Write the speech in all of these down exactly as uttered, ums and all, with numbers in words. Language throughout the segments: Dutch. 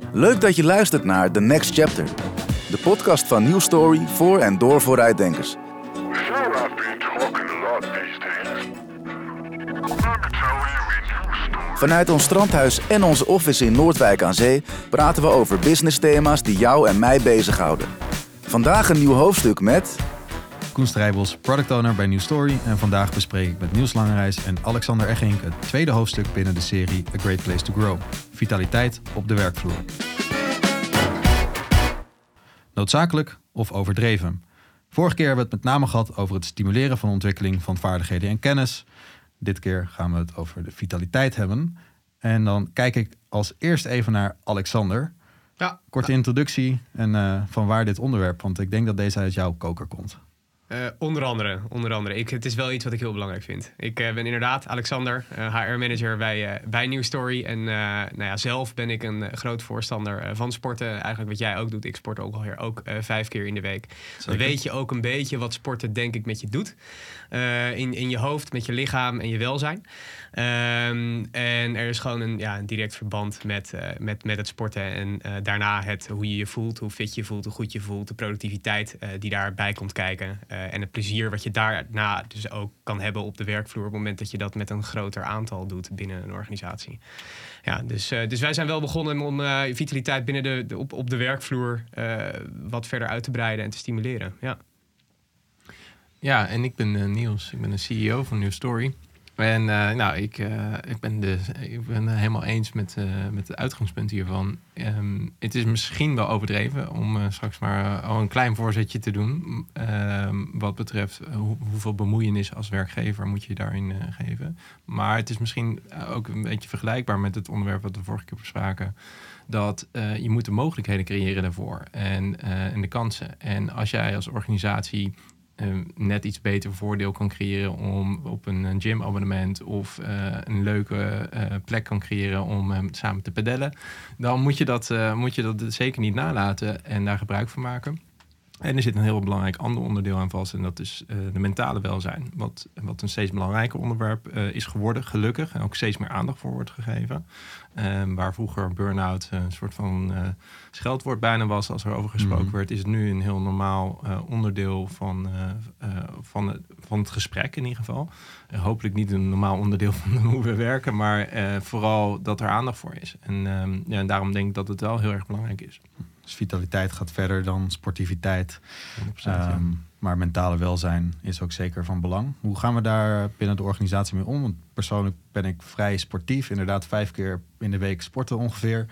Leuk dat je luistert naar The Next Chapter, de podcast van New Story voor en door vooruitdenkers. Vanuit ons strandhuis en onze office in Noordwijk aan Zee praten we over businessthema's die jou en mij bezighouden. Vandaag een nieuw hoofdstuk met Koen Strijbos, product owner bij New Story. En vandaag bespreek ik met Niels Langerijs en Alexander Eggink het tweede hoofdstuk binnen de serie A Great Place to Grow. Vitaliteit op de werkvloer. Noodzakelijk of overdreven? Vorige keer hebben we het met name gehad over het stimuleren van ontwikkeling van vaardigheden en kennis. Dit keer gaan we het over de vitaliteit hebben. En dan kijk ik als eerst even naar Alexander. Ja. Korte introductie en uh, van waar dit onderwerp, want ik denk dat deze uit jouw koker komt. Uh, onder andere, onder andere. Ik, het is wel iets wat ik heel belangrijk vind. Ik uh, ben inderdaad Alexander, uh, H R-manager bij, uh, bij New Story. En uh, nou ja, zelf ben ik een uh, groot voorstander uh, van sporten. Eigenlijk wat jij ook doet. Ik sport ook alweer ook uh, vijf keer in de week. Dan weet je ook een beetje wat sporten denk ik met je doet. Uh, in, in je hoofd, met je lichaam en je welzijn. Um, en er is gewoon een, ja, een direct verband met, uh, met, met het sporten. En uh, daarna het, hoe je je voelt, hoe fit je voelt, hoe goed je voelt. De productiviteit uh, die daarbij komt kijken. Uh, en het plezier wat je daarna dus ook kan hebben op de werkvloer. Op het moment dat je dat met een groter aantal doet binnen een organisatie. Ja, dus, uh, dus wij zijn wel begonnen om uh, vitaliteit binnen de, de, op, op de werkvloer uh, wat verder uit te breiden en te stimuleren. Ja, ja en ik ben uh, Niels. Ik ben de C E O van New Story. En uh, nou, ik, uh, ik ben, de, ik ben helemaal eens met, uh, met het uitgangspunt hiervan. Um, het is misschien wel overdreven om uh, straks maar uh, al een klein voorzetje te doen. Uh, wat betreft uh, hoe, hoeveel bemoeienis als werkgever moet je daarin uh, geven. Maar het is misschien ook een beetje vergelijkbaar met het onderwerp wat we vorige keer bespraken. Dat uh, je moet de mogelijkheden creëren daarvoor en, uh, en de kansen. En als jij als organisatie Uh, net iets beter voordeel kan creëren om op een gymabonnement of uh, een leuke uh, plek kan creëren om uh, samen te pedellen, dan moet je, dat, uh, moet je dat zeker niet nalaten en daar gebruik van maken. En er zit een heel belangrijk ander onderdeel aan vast en dat is uh, de mentale welzijn. Wat, wat een steeds belangrijker onderwerp uh, is geworden, gelukkig. En ook steeds meer aandacht voor wordt gegeven. Uh, waar vroeger burn-out uh, een soort van uh, scheldwoord bijna was als er over gesproken mm-hmm. werd, is het nu een heel normaal uh, onderdeel van, uh, uh, van, het, van het gesprek in ieder geval. Uh, hopelijk niet een normaal onderdeel van hoe we werken, maar uh, vooral dat er aandacht voor is. En, um, ja, en daarom denk ik dat het wel heel erg belangrijk is. Dus vitaliteit gaat verder dan sportiviteit. honderd procent, um, ja. Maar mentale welzijn is ook zeker van belang. Hoe gaan we daar binnen de organisatie mee om? Want persoonlijk ben ik vrij sportief. Inderdaad vijf keer in de week sporten ongeveer.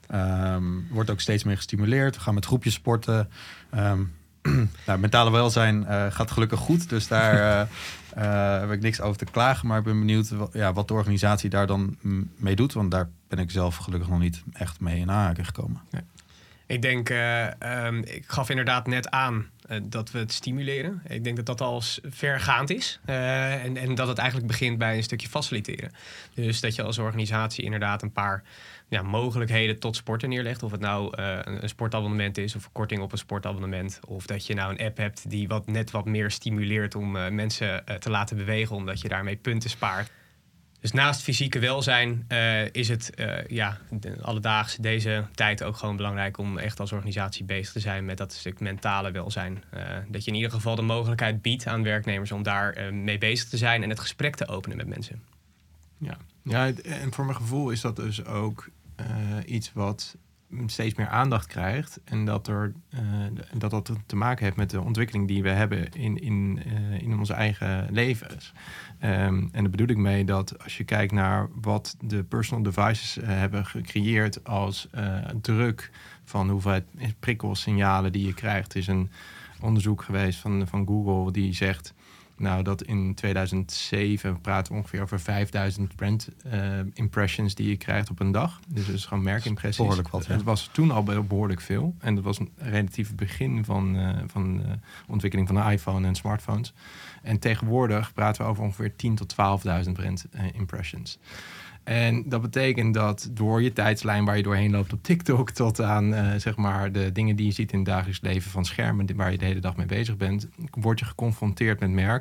Um, wordt ook steeds meer gestimuleerd. We gaan met groepjes sporten. Um, nou, mentale welzijn uh, gaat gelukkig goed. Dus daar uh, uh, heb ik niks over te klagen. Maar ik ben benieuwd wat, ja, wat de organisatie daar dan mee doet. Want daar ben ik zelf gelukkig nog niet echt mee in aanraking gekomen. Nee. Ik denk, uh, um, ik gaf inderdaad net aan uh, dat we het stimuleren. Ik denk dat dat al vergaand is. Uh, en, en dat het eigenlijk begint bij een stukje faciliteren. Dus dat je als organisatie inderdaad een paar ja, mogelijkheden tot sporten neerlegt. Of het nou uh, een sportabonnement is of een korting op een sportabonnement. Of dat je nou een app hebt die wat, net wat meer stimuleert om uh, mensen uh, te laten bewegen. Omdat je daarmee punten spaart. Dus naast fysieke welzijn uh, is het uh, ja, de, alledaags deze tijd ook gewoon belangrijk om echt als organisatie bezig te zijn met dat stuk mentale welzijn. Uh, dat je in ieder geval de mogelijkheid biedt aan werknemers om daar uh, mee bezig te zijn en het gesprek te openen met mensen. Ja, ja en voor mijn gevoel is dat dus ook uh, iets wat steeds meer aandacht krijgt. En dat er, uh, dat, dat te maken heeft met de ontwikkeling die we hebben in, in, uh, in onze eigen levens. Um, en daar bedoel ik mee dat als je kijkt naar wat de personal devices uh, hebben gecreëerd als uh, druk van hoeveelheid prikkels, signalen die je krijgt. Er is een onderzoek geweest van, van Google die zegt nou dat in tweeduizend zeven we praten ongeveer over vijfduizend brand uh, impressions die je krijgt op een dag. Dus dat is gewoon merkimpressies. Behoorlijk wat, ja. Het was toen al behoorlijk veel. En dat was een relatief begin van, uh, van de ontwikkeling van de iPhone en smartphones. En tegenwoordig praten we over ongeveer tien tot twaalfduizend brand uh, impressions. En dat betekent dat door je tijdslijn waar je doorheen loopt op TikTok tot aan uh, zeg maar de dingen die je ziet in het dagelijks leven van schermen waar je de hele dag mee bezig bent, word je geconfronteerd met merken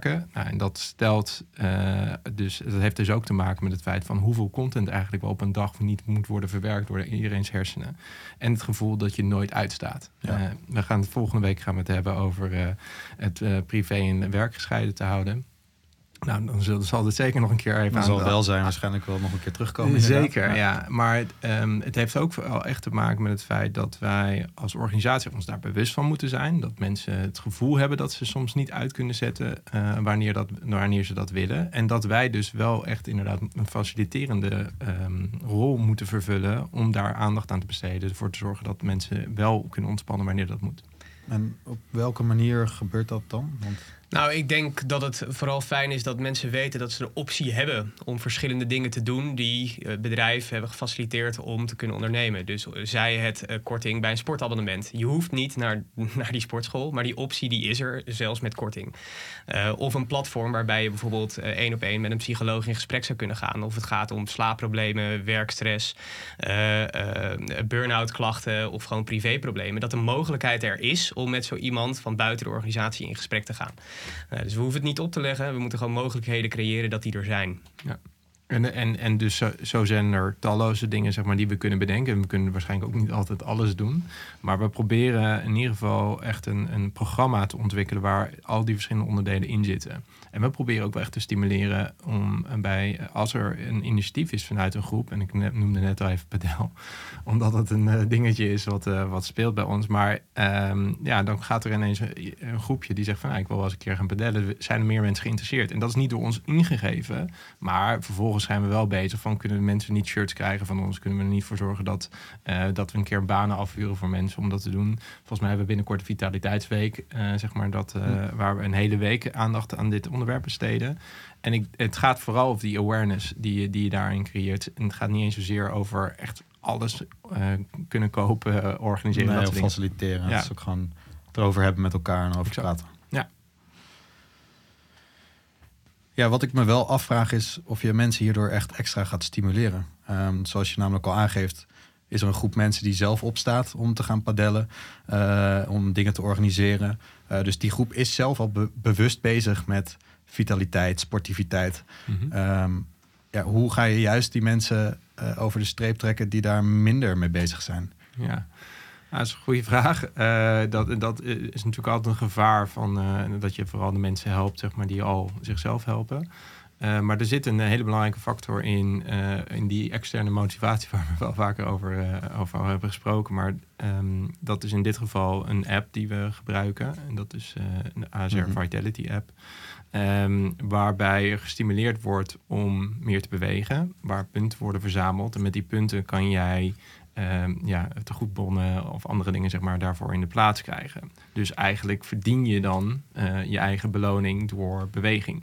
maken. Nou, en dat stelt uh, dus, dat heeft dus ook te maken met het feit van hoeveel content eigenlijk wel op een dag niet moet worden verwerkt door iedereen's hersenen. En het gevoel dat je nooit uitstaat. Ja. Uh, we gaan volgende week gaan we het hebben over uh, het uh, privé en werk gescheiden te houden. Nou, dan zal, zal het zeker nog een keer even dan aan... zal welzijn waarschijnlijk wel nog een keer terugkomen. Zeker, ja. ja. Maar um, het heeft ook wel echt te maken met het feit dat wij als organisatie ons daar bewust van moeten zijn. Dat mensen het gevoel hebben dat ze soms niet uit kunnen zetten uh, wanneer, dat, wanneer ze dat willen. En dat wij dus wel echt inderdaad een faciliterende um, rol moeten vervullen om daar aandacht aan te besteden. Ervoor te zorgen dat mensen wel kunnen ontspannen wanneer dat moet. En op welke manier gebeurt dat dan? Want... Nou, ik denk dat het vooral fijn is dat mensen weten dat ze de optie hebben om verschillende dingen te doen die uh, bedrijven hebben gefaciliteerd om te kunnen ondernemen. Dus uh, zij het uh, korting bij een sportabonnement. Je hoeft niet naar, naar die sportschool, maar die optie die is er zelfs met korting. Uh, of een platform waarbij je bijvoorbeeld uh, één op één met een psycholoog in gesprek zou kunnen gaan. Of het gaat om slaapproblemen, werkstress, uh, uh, burn-out klachten of gewoon privéproblemen. Dat de mogelijkheid er is om met zo iemand van buiten de organisatie in gesprek te gaan. Uh, dus we hoeven het niet op te leggen. We moeten gewoon mogelijkheden creëren dat die er zijn. Ja. En, en, en dus zo, zo zijn er talloze dingen zeg maar, die we kunnen bedenken. We kunnen waarschijnlijk ook niet altijd alles doen. Maar we proberen in ieder geval echt een, een programma te ontwikkelen waar al die verschillende onderdelen in zitten. En we proberen ook wel echt te stimuleren om bij, als er een initiatief is vanuit een groep, en ik noemde net al even padel, omdat het een uh, dingetje is wat, uh, wat speelt bij ons. Maar um, ja, dan gaat er ineens een, een groepje die zegt van, nou, ik wil wel eens een keer gaan padellen. Zijn er meer mensen geïnteresseerd? En dat is niet door ons ingegeven, maar vervolgens zijn we wel bezig van, kunnen mensen niet shirts krijgen van ons? Kunnen we er niet voor zorgen dat, uh, dat we een keer banen afhuren voor mensen om dat te doen? Volgens mij hebben we binnenkort de Vitaliteitsweek, uh, zeg maar, dat, uh, ja. waar we een hele week aandacht aan dit onderwerp besteden. En ik, het gaat vooral over die awareness die je, die je daarin creëert. En het gaat niet eens zozeer over echt alles uh, kunnen kopen, organiseren. Nee, dat of faciliteren. Ja. Het is ook gewoon erover hebben met elkaar en over Exact. praten. Ja. Ja, wat ik me wel afvraag is of je mensen hierdoor echt extra gaat stimuleren. Um, zoals je namelijk al aangeeft, is er een groep mensen die zelf opstaat om te gaan padellen, uh, om dingen te organiseren. Uh, dus die groep is zelf al be- bewust bezig met vitaliteit, sportiviteit. Mm-hmm. Um, ja, hoe ga je juist die mensen uh, over de streep trekken die daar minder mee bezig zijn? Ja. Ja, dat is een goede vraag. Uh, dat, dat is natuurlijk altijd een gevaar van uh, dat je vooral de mensen helpt, zeg maar, die al zichzelf helpen. Uh, maar er zit een hele belangrijke factor in, uh, in die externe motivatie waar we wel vaker over, uh, over hebben gesproken. Maar um, dat is in dit geval een app die we gebruiken. En dat is uh, een A S R Mm-hmm. Vitality app. Um, waarbij er gestimuleerd wordt om meer te bewegen. Waar punten worden verzameld. En met die punten kan jij Um, ja, tegoedbonnen of andere dingen zeg maar, daarvoor in de plaats krijgen. Dus eigenlijk verdien je dan uh, je eigen beloning door beweging.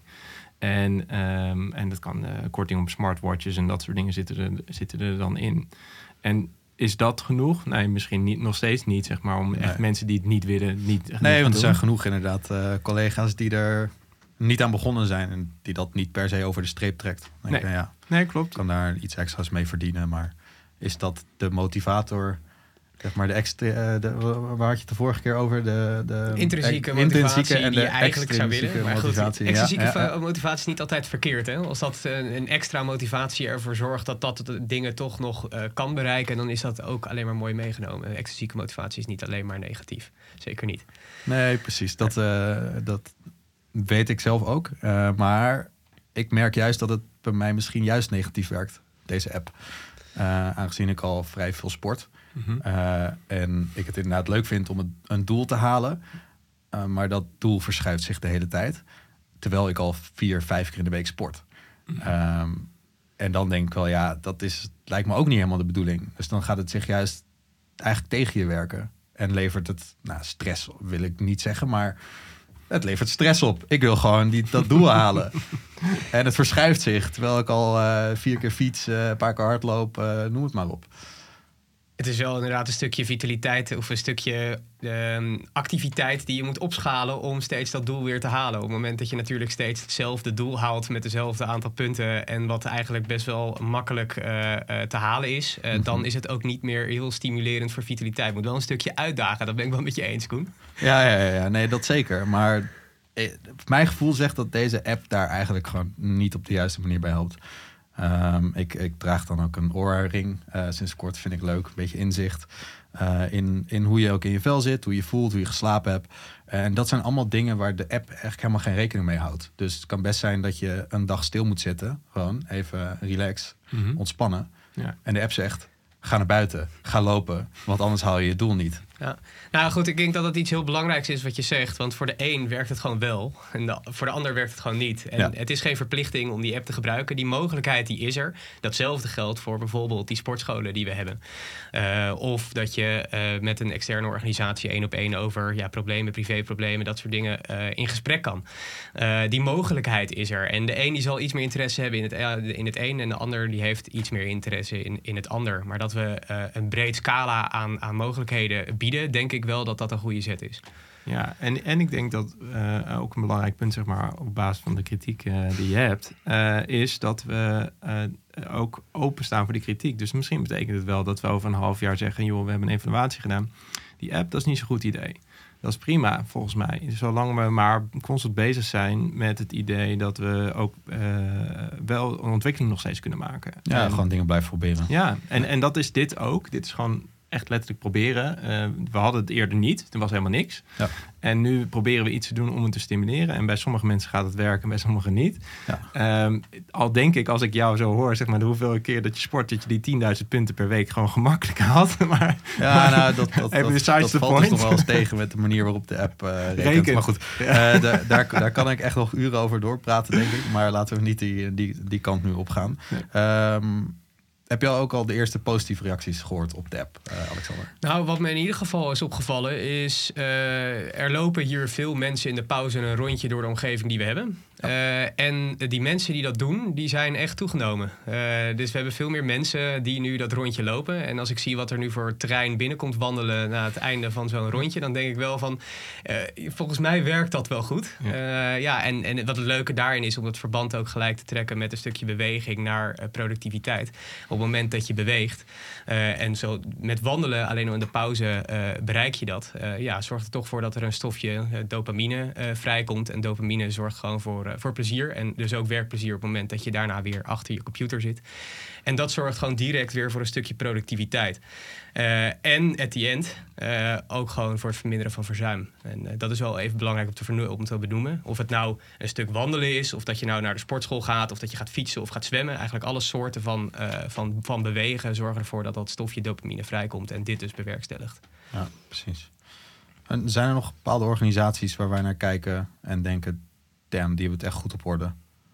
En, um, en dat kan uh, korting op smartwatches en dat soort dingen zitten er, zitten er dan in. En is dat genoeg? Nee, misschien niet, nog steeds niet, zeg maar, om Nee. echt mensen die het niet willen, niet echt Nee, niet want er gaan zijn doen. genoeg inderdaad uh, collega's die er niet aan begonnen zijn en die dat niet per se over de streep trekt. Dan denk Nee. ik, nou ja, Nee, klopt. kan daar iets extra's mee verdienen, maar is dat de motivator, zeg maar de extra, de, waar had je het de vorige keer over? De, de Intrinsieke e- motivatie intrinsieke en die de je eigenlijk zou willen. extrinsieke Maar goed, motivatie. extrinsieke Ja, ja, ja. motivatie is niet altijd verkeerd. Hè? Als dat een, een extra motivatie ervoor zorgt dat dat de dingen toch nog uh, kan bereiken, dan is dat ook alleen maar mooi meegenomen. Extrinsieke motivatie is niet alleen maar negatief. Zeker niet. Nee, precies. Dat, uh, dat weet ik zelf ook. Uh, maar ik merk juist dat het bij mij misschien juist negatief werkt, deze app. Uh, aangezien ik al vrij veel sport. Mm-hmm. Uh, en ik het inderdaad leuk vind om een, een doel te halen. Uh, maar dat doel verschuift zich de hele tijd. Terwijl ik al vier, vijf keer in de week sport. Mm-hmm. Um, en dan denk ik wel, ja, dat is, lijkt me ook niet helemaal de bedoeling. Dus dan gaat het zich juist eigenlijk tegen je werken. En levert het, nou, stress wil ik niet zeggen, maar het levert stress op. Ik wil gewoon die, dat doel halen. En het verschuift zich, terwijl ik al uh, vier keer fiets, uh, een paar keer hardloop, uh, noem het maar op. Het is wel inderdaad een stukje vitaliteit of een stukje um, activiteit die je moet opschalen om steeds dat doel weer te halen. Op het moment dat je natuurlijk steeds hetzelfde doel haalt met dezelfde aantal punten en wat eigenlijk best wel makkelijk uh, uh, te halen is, uh, mm-hmm. dan is het ook niet meer heel stimulerend voor vitaliteit. Het moet wel een stukje uitdagen, dat ben ik wel met je eens, Koen. Ja, ja, ja, nee, dat zeker. Maar mijn gevoel zegt dat deze app daar eigenlijk gewoon niet op de juiste manier bij helpt. Um, ik, ik draag dan ook een oorring. Uh, sinds kort vind ik leuk. Een beetje inzicht uh, in, in hoe je ook in je vel zit, hoe je voelt, hoe je geslapen hebt. En dat zijn allemaal dingen waar de app eigenlijk helemaal geen rekening mee houdt. Dus het kan best zijn dat je een dag stil moet zitten. Gewoon even relax, mm-hmm. ontspannen. Ja. En de app zegt, ga naar buiten, ga lopen. Want anders haal je je doel niet. Ja. Nou goed, ik denk dat dat iets heel belangrijks is wat je zegt. Want voor de een werkt het gewoon wel. En de, voor de ander werkt het gewoon niet. En ja. het is geen verplichting om die app te gebruiken. Die mogelijkheid die is er. Datzelfde geldt voor bijvoorbeeld die sportscholen die we hebben. Uh, of dat je uh, met een externe organisatie één op één over ja, problemen, privéproblemen, dat soort dingen uh, in gesprek kan. Uh, die mogelijkheid is er. En de een die zal iets meer interesse hebben in het, uh, in het een. En de ander die heeft iets meer interesse in, in het ander. Maar dat we uh, een breed scala aan, aan mogelijkheden bieden, denk ik wel dat dat een goede zet is. Ja, en, en ik denk dat uh, ook een belangrijk punt, zeg maar, op basis van de kritiek uh, die je hebt, uh, is dat we uh, ook openstaan voor die kritiek. Dus misschien betekent het wel dat we over een half jaar zeggen, joh, we hebben een evaluatie gedaan. Die app, dat is niet zo'n goed idee. Dat is prima, volgens mij. Zolang we maar constant bezig zijn met het idee dat we ook uh, wel een ontwikkeling nog steeds kunnen maken. Ja, en, gewoon dingen blijven proberen. Ja, en, en dat is dit ook. Dit is gewoon echt letterlijk proberen. Uh, we hadden het eerder niet. Er was helemaal niks. Ja. En nu proberen we iets te doen om het te stimuleren. En bij sommige mensen gaat het werken, bij sommigen niet. Ja. Um, al denk ik, als ik jou zo hoor, zeg maar, de hoeveel keer dat je sport, dat je die tienduizend punten per week gewoon gemakkelijk haalt. Maar, ja, maar, nou, dat, dat, dat, dat valt dus nog wel eens tegen met de manier waarop de app uh, rekent. rekent. Maar goed, ja. uh, de, daar, daar kan ik echt nog uren over doorpraten, denk ik. Maar laten we niet die, die, die kant nu opgaan. Ja. Um, Heb je ook al de eerste positieve reacties gehoord op de app, uh, Alexander? Nou, wat me in ieder geval is opgevallen is, uh, er lopen hier veel mensen in de pauze een rondje door de omgeving die we hebben. Ja. Uh, en die mensen die dat doen, die zijn echt toegenomen. Uh, dus we hebben veel meer mensen die nu dat rondje lopen. En als ik zie wat er nu voor terrein binnenkomt wandelen na het einde van zo'n rondje, dan denk ik wel van, uh, volgens mij werkt dat wel goed. Ja, uh, ja en, en wat het leuke daarin is om dat verband ook gelijk te trekken met een stukje beweging naar uh, productiviteit. Op het moment dat je beweegt uh, en zo met wandelen alleen al in de pauze uh, bereik je dat. Uh, ja, zorgt er toch voor dat er een stofje uh, dopamine uh, vrijkomt. En dopamine zorgt gewoon voor, uh, voor plezier. En dus ook werkplezier op het moment dat je daarna weer achter je computer zit. En dat zorgt gewoon direct weer voor een stukje productiviteit. Uh, en at the end uh, ook gewoon voor het verminderen van verzuim. En uh, dat is wel even belangrijk om te, verno- om te benoemen. Of het nou een stuk wandelen is, of dat je nou naar de sportschool gaat, of dat je gaat fietsen of gaat zwemmen. Eigenlijk alle soorten van, uh, van, van bewegen zorgen ervoor dat dat stofje dopamine vrijkomt en dit dus bewerkstelligt. Ja, precies. En zijn er nog bepaalde organisaties waar wij naar kijken en denken, damn, die hebben het echt goed op orde?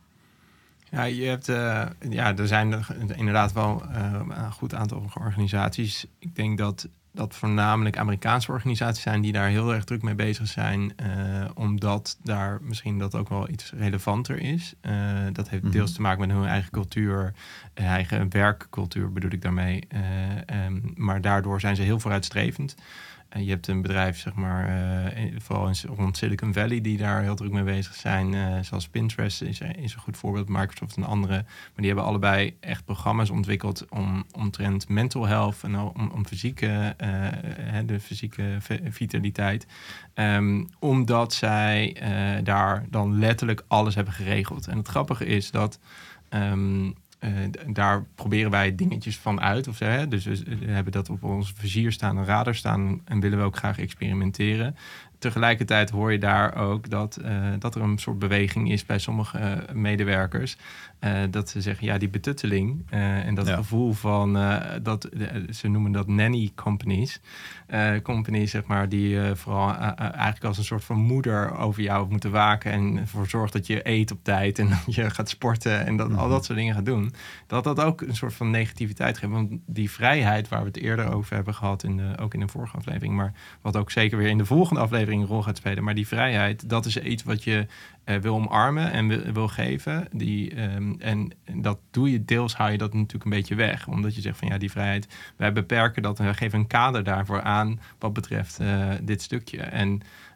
Ja, je hebt, uh, ja, er zijn er inderdaad wel uh, een goed aantal organisaties. Ik denk dat dat voornamelijk Amerikaanse organisaties zijn die daar heel erg druk mee bezig zijn. Uh, omdat daar misschien dat ook wel iets relevanter is. Uh, dat heeft deels te maken met hun eigen cultuur, uh, eigen werkcultuur bedoel ik daarmee. Uh, um, maar daardoor zijn ze heel vooruitstrevend. Je hebt een bedrijf, zeg maar, uh, vooral in, rond Silicon Valley, die daar heel druk mee bezig zijn. Uh, zoals Pinterest is, is een goed voorbeeld, Microsoft en andere. Maar die hebben allebei echt programma's ontwikkeld om omtrent mental health en om, om fysieke, uh, de fysieke vitaliteit. Um, omdat zij uh, daar dan letterlijk alles hebben geregeld. En het grappige is dat Um, Uh, daar proberen wij dingetjes van uit. Of, hè, dus we hebben dat op ons vizier staan, een radar staan en willen we ook graag experimenteren. Tegelijkertijd hoor je daar ook dat, uh, dat er een soort beweging is bij sommige uh, medewerkers. Uh, dat ze zeggen, ja, die betutteling uh, en dat ja. gevoel van, uh, dat, uh, ze noemen dat nanny companies. Uh, companies, zeg maar, die uh, vooral uh, uh, eigenlijk als een soort van moeder over jou moeten waken en ervoor zorgt dat je eet op tijd en dat je gaat sporten en dat, mm-hmm. al dat soort dingen gaat doen. Dat dat ook een soort van negativiteit geeft. Want die vrijheid waar we het eerder over hebben gehad, in de, ook in de vorige aflevering, maar wat ook zeker weer in de volgende aflevering een rol gaat spelen. Maar die vrijheid, dat is iets wat je uh, wil omarmen en wil, wil geven. Die, um, en, en dat doe je, deels haal je dat natuurlijk een beetje weg. Omdat je zegt van ja, die vrijheid, wij beperken dat en wij geven een kader daarvoor aan wat betreft uh, dit stukje. En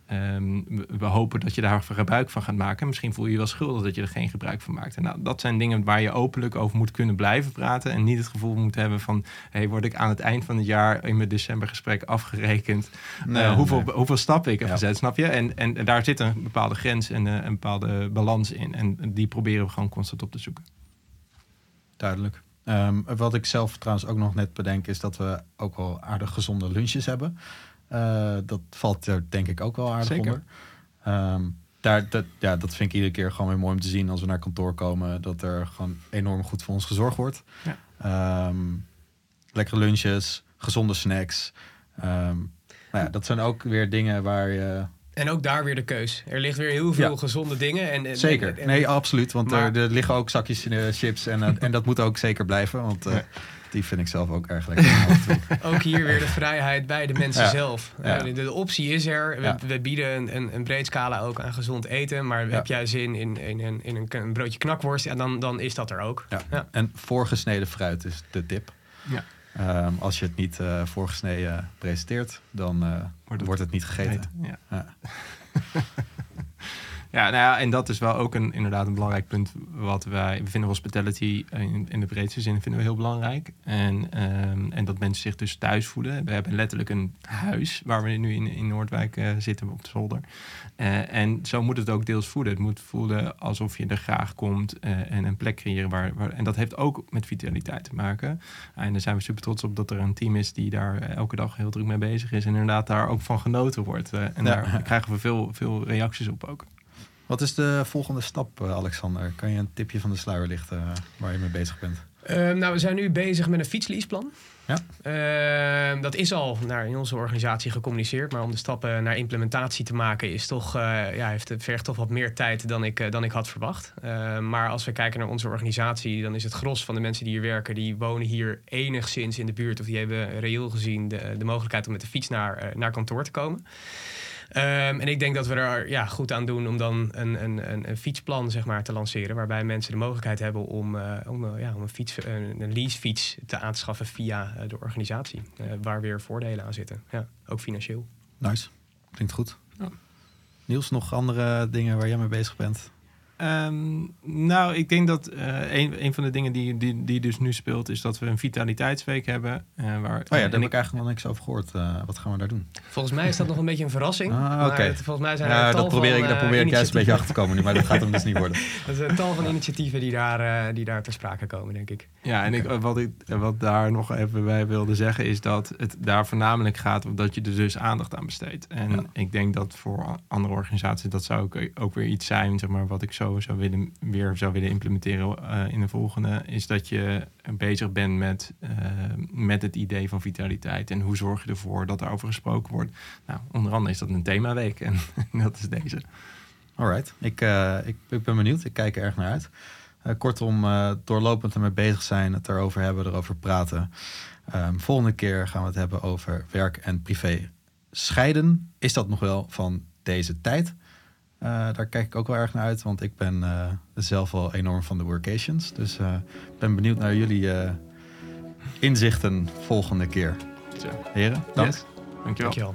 um, we, we hopen dat je daar gebruik van gaat maken. Misschien voel je je wel schuldig dat je er geen gebruik van maakt. En nou, dat zijn dingen waar je openlijk over moet kunnen blijven praten. En niet het gevoel moet hebben van... hey, word ik aan het eind van het jaar in mijn decembergesprek afgerekend? Nee, uh, hoeveel, nee. hoeveel stappen ik heb ja. gezet, snap je? En, en en daar zit een bepaalde grens en uh, een bepaalde balans in. En die proberen we gewoon constant op te zoeken. Duidelijk. Um, wat ik zelf trouwens ook nog net bedenk... is dat we ook wel aardig gezonde lunches hebben. Uh, dat valt er denk ik ook wel aardig Zeker. onder. Um, daar, dat, ja, dat vind ik iedere keer gewoon weer mooi om te zien... als we naar kantoor komen... dat er gewoon enorm goed voor ons gezorgd wordt. Ja. Um, lekkere lunches, gezonde snacks. Um, nou ja, dat zijn ook weer dingen waar je... En ook daar weer de keus. Er ligt weer heel veel ja. gezonde dingen. En, en, zeker. En, en, nee, absoluut. Want maar, er, er liggen ook zakjes uh, chips. En, uh, en dat moet ook zeker blijven. Want uh, ja. die vind ik zelf ook erg lekker. Ook hier weer de vrijheid bij de mensen ja. zelf. Ja. De, de optie is er. We, ja. we bieden een, een, een breed scala ook aan gezond eten. Maar ja. heb jij zin in, in, in, in een, een broodje knakworst? Ja, dan, dan is dat er ook. Ja. Ja. En voorgesneden fruit is de tip. Ja. Um, als je het niet uh, voorgesneden presenteert, dan uh, wordt, het, wordt het niet gegeten. Ja. Ja. Ja, nou ja, en dat is wel ook een, inderdaad een belangrijk punt. Wat wij, we vinden hospitality in, in de breedste zin vinden we heel belangrijk. En, um, en dat mensen zich dus thuis voelen. We hebben letterlijk een huis waar we nu in, in Noordwijk uh, zitten op de zolder. Uh, en zo moet het ook deels voelen. Het moet voelen alsof je er graag komt uh, en een plek creëren. Waar, waar, en dat heeft ook met vitaliteit te maken. Uh, en daar zijn we super trots op dat er een team is die daar uh, elke dag heel druk mee bezig is. En inderdaad daar ook van genoten wordt. Uh, en ja. daar krijgen we veel, veel reacties op ook. Wat is de volgende stap, Alexander? Kan je een tipje van de sluier lichten uh, waar je mee bezig bent? Uh, nou, we zijn nu bezig met een fietsleaseplan. Ja. Uh, dat is al nou, in onze organisatie gecommuniceerd. Maar om de stappen naar implementatie te maken... is toch, uh, ja, heeft, vergt toch wat meer tijd dan ik, uh, dan ik had verwacht. Uh, maar als we kijken naar onze organisatie... dan is het gros van de mensen die hier werken... die wonen hier enigszins in de buurt... of die hebben reëel gezien de, de mogelijkheid... om met de fiets naar, uh, naar kantoor te komen. Um, en ik denk dat we er ja, goed aan doen om dan een, een, een fietsplan zeg maar, te lanceren... waarbij mensen de mogelijkheid hebben om, uh, om, uh, ja, om een, fiets, een, een leasefiets te aanschaffen via uh, de organisatie. Uh, waar weer voordelen aan zitten, ja, ook financieel. Nice, klinkt goed. Ja. Niels, nog andere dingen waar jij mee bezig bent? Um, nou, ik denk dat uh, een, een van de dingen die, die, die dus nu speelt... is dat we een vitaliteitsweek hebben. Uh, waar, oh ja, daar heb ik, ik eigenlijk nog niks over gehoord. Uh, wat gaan we daar doen? Volgens mij is dat nog een beetje een verrassing. Ah, Oké. Okay. Volgens mij zijn ja, er tal dat probeer van, ik, daar probeer uh, ik juist een beetje achter te komen nu. Maar dat gaat hem dus niet worden. Er zijn een tal van initiatieven die daar, uh, die daar ter sprake komen, denk ik. Ja, en ik, wat, ik, wat daar nog even bij wilde zeggen... is dat het daar voornamelijk gaat... om dat je er dus aandacht aan besteedt. En ja. ik denk dat voor andere organisaties... dat zou ook, ook weer iets zijn... zeg maar, wat ik zo zou willen... weer zou willen implementeren uh, in de volgende... is dat je bezig bent met, uh, met het idee van vitaliteit... en hoe zorg je ervoor dat daarover gesproken wordt. Nou, onder andere is dat een themaweek en dat is deze. Alright, ik, uh, ik, ik ben benieuwd. Ik kijk er erg naar uit. Uh, kortom, uh, doorlopend ermee bezig zijn, het erover hebben, erover praten. Um, volgende keer gaan we het hebben over werk en privé scheiden. Is dat nog wel van deze tijd? Uh, daar kijk ik ook wel erg naar uit, want ik ben uh, zelf wel enorm van de workations. Dus ik uh, ben benieuwd naar jullie uh, inzichten volgende keer. Zo. Heren, dank. Yes. Dankjewel. Dankjewel.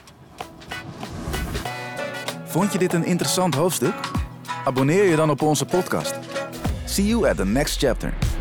Vond je dit een interessant hoofdstuk? Abonneer je dan op onze podcast. See you at the next chapter.